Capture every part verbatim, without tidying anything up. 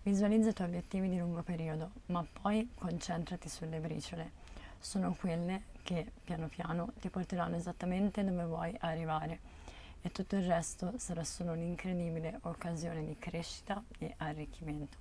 Visualizza i tuoi obiettivi di lungo periodo, ma poi concentrati sulle briciole. Sono quelle che piano piano ti porteranno esattamente dove vuoi arrivare e tutto il resto sarà solo un'incredibile occasione di crescita e arricchimento.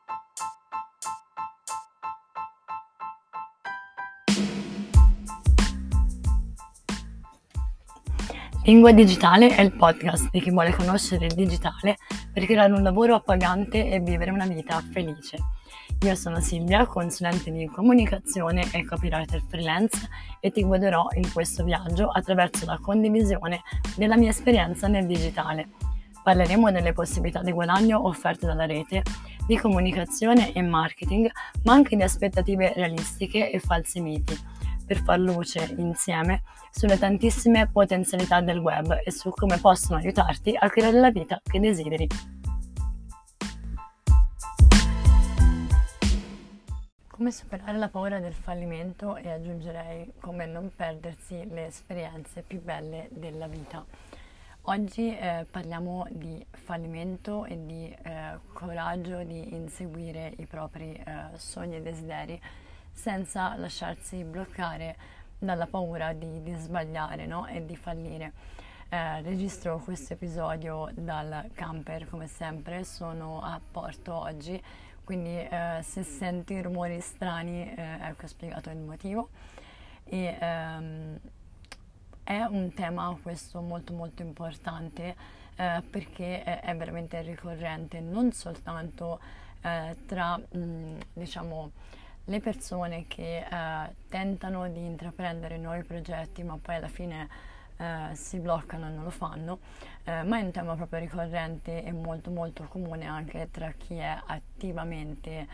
Lingua Digitale è il podcast di chi vuole conoscere il digitale per creare un lavoro appagante e vivere una vita felice. Io sono Silvia, consulente di comunicazione e copywriter freelance e ti guiderò in questo viaggio attraverso la condivisione della mia esperienza nel digitale. Parleremo delle possibilità di guadagno offerte dalla rete, di comunicazione e marketing, ma anche di aspettative realistiche e falsi miti, per far luce insieme sulle tantissime potenzialità del web e su come possono aiutarti a creare la vita che desideri. Come superare la paura del fallimento e aggiungerei come non perdersi le esperienze più belle della vita. Oggi eh, parliamo di fallimento e di eh, coraggio di inseguire i propri eh, sogni e desideri senza lasciarsi bloccare dalla paura di, di sbagliare, no? E di fallire. Eh, registro questo episodio dal camper come sempre, sono a Porto oggi, quindi eh, se senti rumori strani eh, ecco spiegato il motivo. E, ehm, è un tema questo molto molto importante eh, perché è, è veramente ricorrente non soltanto eh, tra mh, diciamo le persone che eh, tentano di intraprendere nuovi progetti ma poi alla fine eh, si bloccano e non lo fanno, eh, ma è un tema proprio ricorrente e molto molto comune anche tra chi è attivamente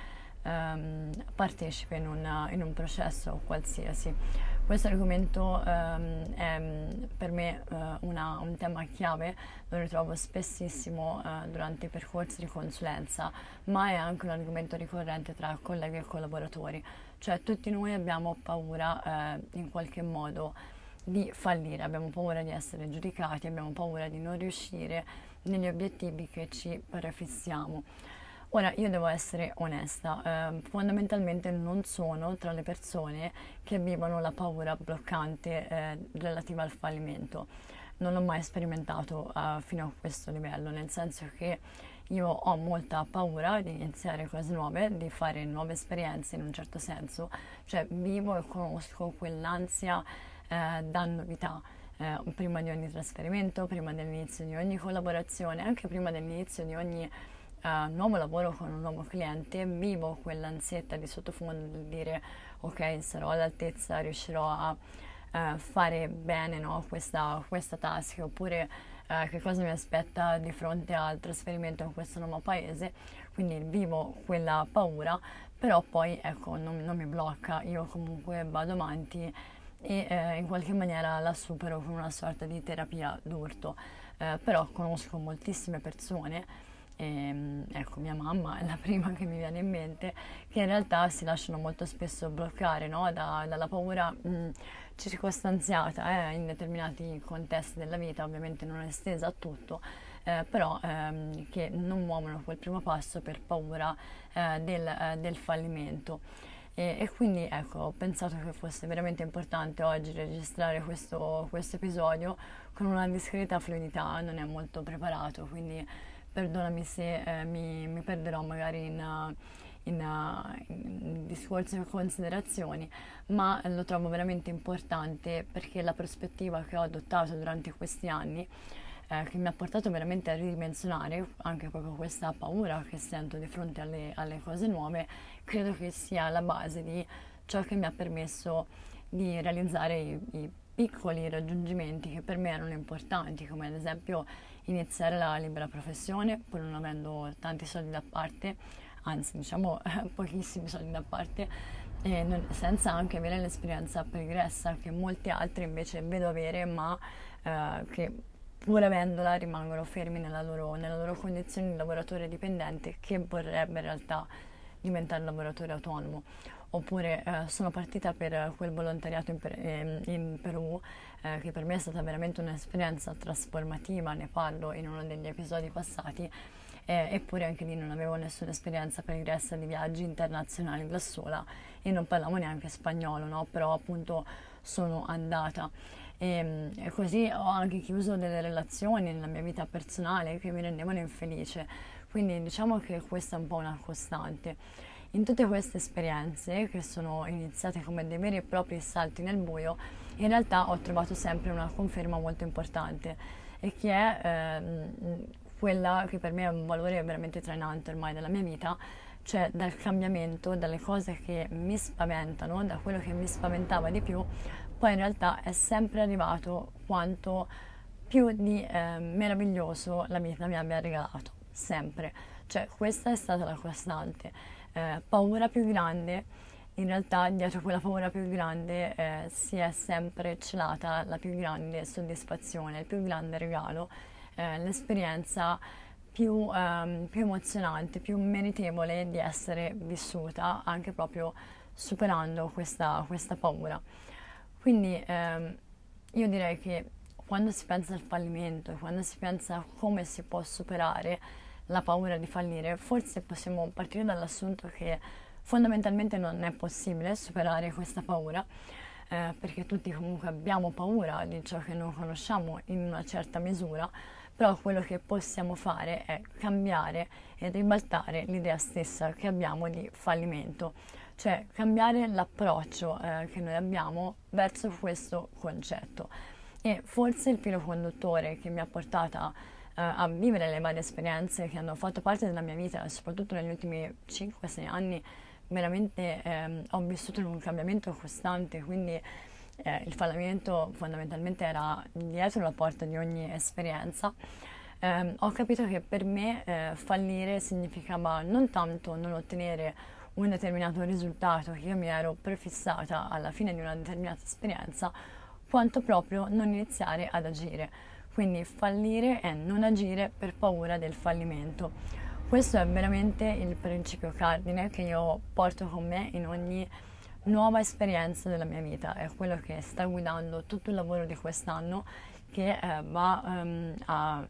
ehm, partecipe in, una, in un processo qualsiasi. Questo argomento ehm, è per me eh, una, un tema chiave, lo ritrovo spessissimo eh, durante i percorsi di consulenza, ma è anche un argomento ricorrente tra colleghi e collaboratori, cioè tutti noi abbiamo paura eh, in qualche modo di fallire, abbiamo paura di essere giudicati, abbiamo paura di non riuscire negli obiettivi che ci prefissiamo. Ora, io devo essere onesta, eh, fondamentalmente non sono tra le persone che vivono la paura bloccante eh, relativa al fallimento. Non l'ho mai sperimentato uh, fino a questo livello, nel senso che io ho molta paura di iniziare cose nuove, di fare nuove esperienze in un certo senso, cioè vivo e conosco quell'ansia eh, da novità. Eh, prima di ogni trasferimento, prima dell'inizio di ogni collaborazione, anche prima dell'inizio di ogni Uh, nuovo lavoro con un nuovo cliente, vivo quell'ansietta di sottofondo di dire ok, sarò all'altezza, riuscirò a uh, fare bene, no, questa, questa task, oppure uh, che cosa mi aspetta di fronte al trasferimento in questo nuovo paese, quindi vivo quella paura, però poi ecco non, non mi blocca, io comunque vado avanti e eh, in qualche maniera la supero con una sorta di terapia d'urto, uh, però conosco moltissime persone. E, ecco, mia mamma è la prima che mi viene in mente, che in realtà si lasciano molto spesso bloccare, no? da, dalla paura mh, circostanziata eh, in determinati contesti della vita, ovviamente non è estesa a tutto, eh, però ehm, che non muovono quel primo passo per paura eh, del, eh, del fallimento. E, e quindi ecco, ho pensato che fosse veramente importante oggi registrare questo, questo episodio con una discreta fluidità, non è molto preparato, quindi perdonami se eh, mi, mi perderò magari in, uh, in, uh, in discorsi o considerazioni, ma lo trovo veramente importante perché la prospettiva che ho adottato durante questi anni, eh, che mi ha portato veramente a ridimensionare anche proprio questa paura che sento di fronte alle, alle cose nuove, credo che sia la base di ciò che mi ha permesso di realizzare i, i piccoli raggiungimenti che per me erano importanti, come ad esempio iniziare la libera professione pur non avendo tanti soldi da parte, anzi diciamo pochissimi soldi da parte, e non, senza anche avere l'esperienza pregressa che molti altri invece vedo avere, ma eh, che pur avendola rimangono fermi nella loro, nella loro condizione di lavoratore dipendente che vorrebbe in realtà diventare lavoratore autonomo. Oppure eh, sono partita per quel volontariato in, per, eh, in Perù, eh, che per me è stata veramente un'esperienza trasformativa, ne parlo in uno degli episodi passati, eh, eppure anche lì non avevo nessuna esperienza pregressa di viaggi internazionali da sola e non parlavo neanche spagnolo, no? Però appunto sono andata. E, e così ho anche chiuso delle relazioni nella mia vita personale che mi rendevano infelice, quindi diciamo che questa è un po' una costante. In tutte queste esperienze, che sono iniziate come dei veri e propri salti nel buio, in realtà ho trovato sempre una conferma molto importante, e che è ehm, quella che per me è un valore veramente trainante ormai della mia vita, cioè dal cambiamento, dalle cose che mi spaventano, da quello che mi spaventava di più, poi in realtà è sempre arrivato quanto più di eh, meraviglioso la vita mi abbia regalato, sempre. Cioè questa è stata la costante. Eh, paura più grande, in realtà dietro quella paura più grande eh, si è sempre celata la più grande soddisfazione, il più grande regalo, eh, l'esperienza più, ehm, più emozionante, più meritevole di essere vissuta, anche proprio superando questa, questa paura. Quindi ehm, io direi che quando si pensa al fallimento, quando si pensa a come si può superare la paura di fallire, forse possiamo partire dall'assunto che fondamentalmente non è possibile superare questa paura, eh, perché tutti comunque abbiamo paura di ciò che non conosciamo in una certa misura, però quello che possiamo fare è cambiare e ribaltare l'idea stessa che abbiamo di fallimento, cioè cambiare l'approccio eh, che noi abbiamo verso questo concetto. E forse il filo conduttore che mi ha portata eh, a vivere le varie esperienze che hanno fatto parte della mia vita, soprattutto negli ultimi cinque sei anni, veramente ehm, ho vissuto in un cambiamento costante, quindi eh, il fallimento fondamentalmente era dietro la porta di ogni esperienza. Eh, ho capito che per me eh, fallire significava non tanto non ottenere un determinato risultato che io mi ero prefissata alla fine di una determinata esperienza, quanto proprio non iniziare ad agire. Quindi fallire è non agire per paura del fallimento. Questo è veramente il principio cardine che io porto con me in ogni nuova esperienza della mia vita, è quello che sta guidando tutto il lavoro di quest'anno, che eh, va, um, a,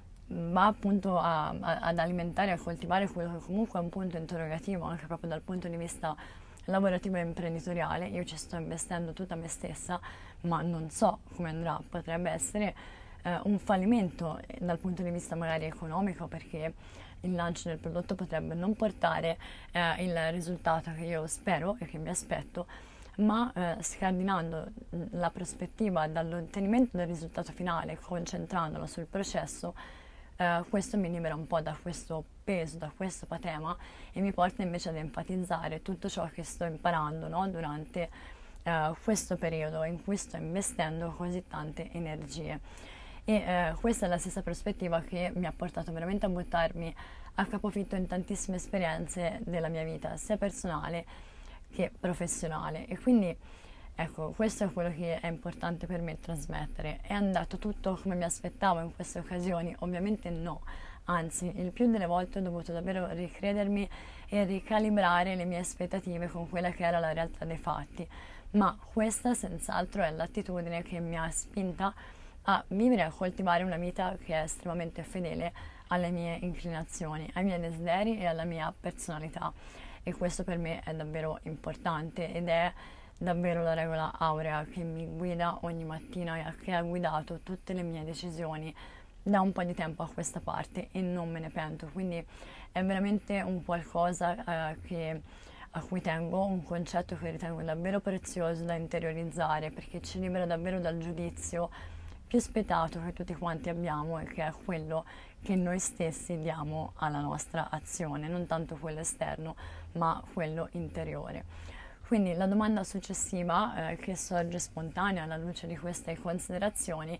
va appunto a, a, ad alimentare e a coltivare quello che comunque è un punto interrogativo anche proprio dal punto di vista lavorativo e imprenditoriale. Io ci sto investendo tutta me stessa, ma non so come andrà. Potrebbe essere eh, un fallimento dal punto di vista magari economico, perché il lancio del prodotto potrebbe non portare eh, il risultato che io spero e che mi aspetto, ma eh, scardinando la prospettiva dall'ottenimento del risultato finale, concentrandola sul processo, eh, questo mi libera un po' da questo peso, da questo patema, e mi porta invece ad enfatizzare tutto ciò che sto imparando, no? Durante eh, questo periodo in cui sto investendo così tante energie. E eh, questa è la stessa prospettiva che mi ha portato veramente a buttarmi a capofitto in tantissime esperienze della mia vita, sia personale che professionale. E quindi ecco, questo è quello che è importante per me trasmettere. È andato tutto come mi aspettavo in queste occasioni? Ovviamente no, anzi il più delle volte ho dovuto davvero ricredermi e ricalibrare le mie aspettative con quella che era la realtà dei fatti, ma questa senz'altro è l'attitudine che mi ha spinta a vivere e a coltivare una vita che è estremamente fedele alle mie inclinazioni, ai miei desideri e alla mia personalità, e questo per me è davvero importante ed è davvero la regola aurea che mi guida ogni mattina e che ha guidato tutte le mie decisioni da un po' di tempo a questa parte, e non me ne pento. Quindi è veramente un qualcosa eh, che a cui tengo, un concetto che ritengo davvero prezioso da interiorizzare, perché ci libera davvero dal giudizio più spietato che tutti quanti abbiamo, e che è quello che noi stessi diamo alla nostra azione, non tanto quello esterno ma quello interiore. Quindi la domanda successiva eh, che sorge spontanea alla luce di queste considerazioni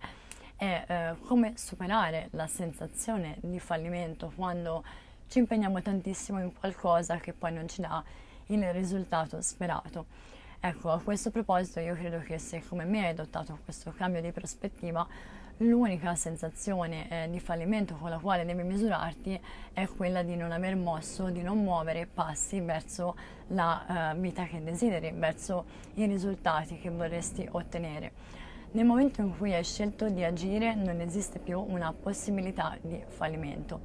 è eh, come superare la sensazione di fallimento quando ci impegniamo tantissimo in qualcosa che poi non ci dà il risultato sperato. Ecco, a questo proposito io credo che se come me hai adottato questo cambio di prospettiva, l'unica sensazione eh, di fallimento con la quale devi misurarti è quella di non aver mosso, di non muovere passi verso la uh, vita che desideri, verso i risultati che vorresti ottenere. Nel momento in cui hai scelto di agire non esiste più una possibilità di fallimento.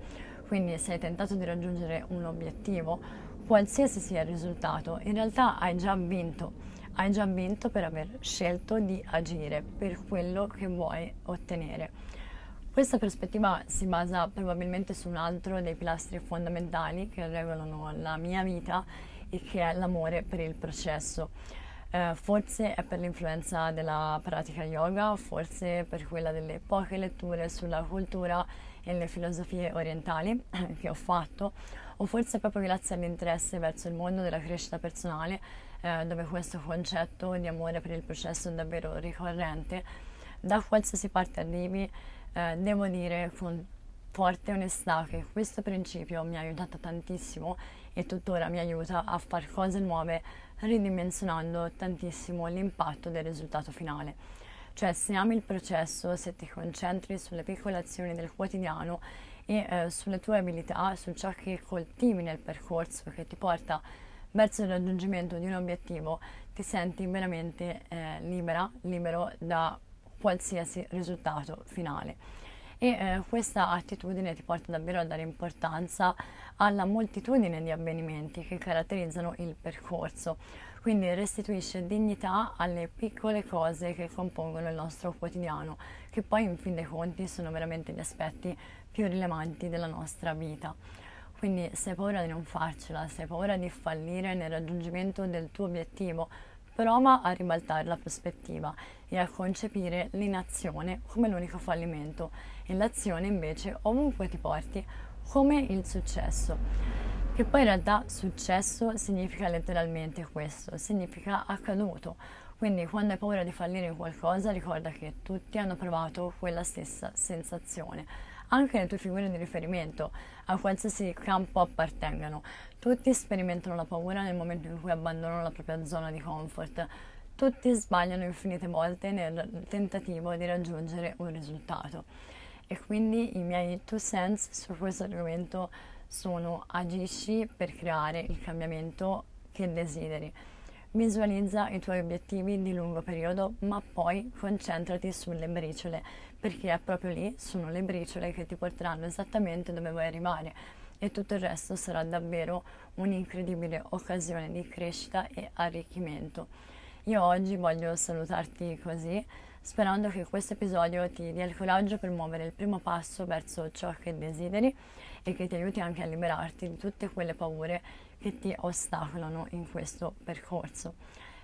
Quindi se hai tentato di raggiungere un obiettivo, qualsiasi sia il risultato, in realtà hai già vinto. Hai già vinto per aver scelto di agire per quello che vuoi ottenere. Questa prospettiva si basa probabilmente su un altro dei pilastri fondamentali che regolano la mia vita e che è l'amore per il processo. Eh, forse è per l'influenza della pratica yoga, forse per quella delle poche letture sulla cultura e le filosofie orientali che ho fatto, o forse proprio grazie all'interesse verso il mondo della crescita personale, eh, dove questo concetto di amore per il processo è davvero ricorrente. Da qualsiasi parte arrivi, eh, devo dire con forte onestà che questo principio mi ha aiutato tantissimo e tuttora mi aiuta a fare cose nuove, ridimensionando tantissimo l'impatto del risultato finale. Cioè, se ami il processo, se ti concentri sulle piccole azioni del quotidiano e eh, sulle tue abilità, su ciò che coltivi nel percorso che ti porta verso il raggiungimento di un obiettivo, ti senti veramente eh, libera, libero da qualsiasi risultato finale. E eh, questa attitudine ti porta davvero a dare importanza alla moltitudine di avvenimenti che caratterizzano il percorso, quindi restituisce dignità alle piccole cose che compongono il nostro quotidiano, che poi in fin dei conti sono veramente gli aspetti più rilevanti della nostra vita. Quindi se hai paura di non farcela, se hai paura di fallire nel raggiungimento del tuo obiettivo, prova a ribaltare la prospettiva e a concepire l'inazione come l'unico fallimento e l'azione invece, ovunque ti porti, come il successo. Che poi in realtà successo significa letteralmente questo, significa accaduto. Quindi quando hai paura di fallire in qualcosa, ricorda che tutti hanno provato quella stessa sensazione. Anche le tue figure di riferimento, a qualsiasi campo appartengano, tutti sperimentano la paura nel momento in cui abbandonano la propria zona di comfort. Tutti sbagliano infinite volte nel tentativo di raggiungere un risultato. E quindi i miei two cents su questo argomento sono: agisci per creare il cambiamento che desideri. Visualizza i tuoi obiettivi di lungo periodo, ma poi concentrati sulle briciole, perché è proprio lì, sono le briciole che ti porteranno esattamente dove vuoi arrivare, e tutto il resto sarà davvero un'incredibile occasione di crescita e arricchimento. Io oggi voglio salutarti così, sperando che questo episodio ti dia il coraggio per muovere il primo passo verso ciò che desideri e che ti aiuti anche a liberarti di tutte quelle paure che ti ostacolano in questo percorso.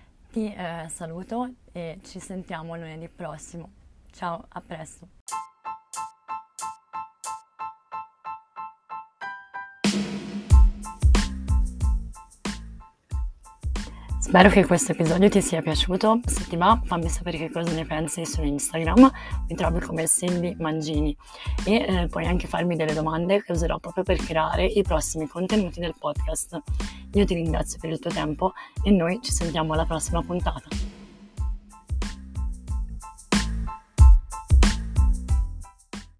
Ti eh, saluto e ci sentiamo lunedì prossimo. Ciao, a presto! Spero che questo episodio ti sia piaciuto. Se ti va, fammi sapere che cosa ne pensi su Instagram, mi trovi come Cindy Mangini, e eh, puoi anche farmi delle domande che userò proprio per creare i prossimi contenuti del podcast. Io ti ringrazio per il tuo tempo e noi ci sentiamo alla prossima puntata.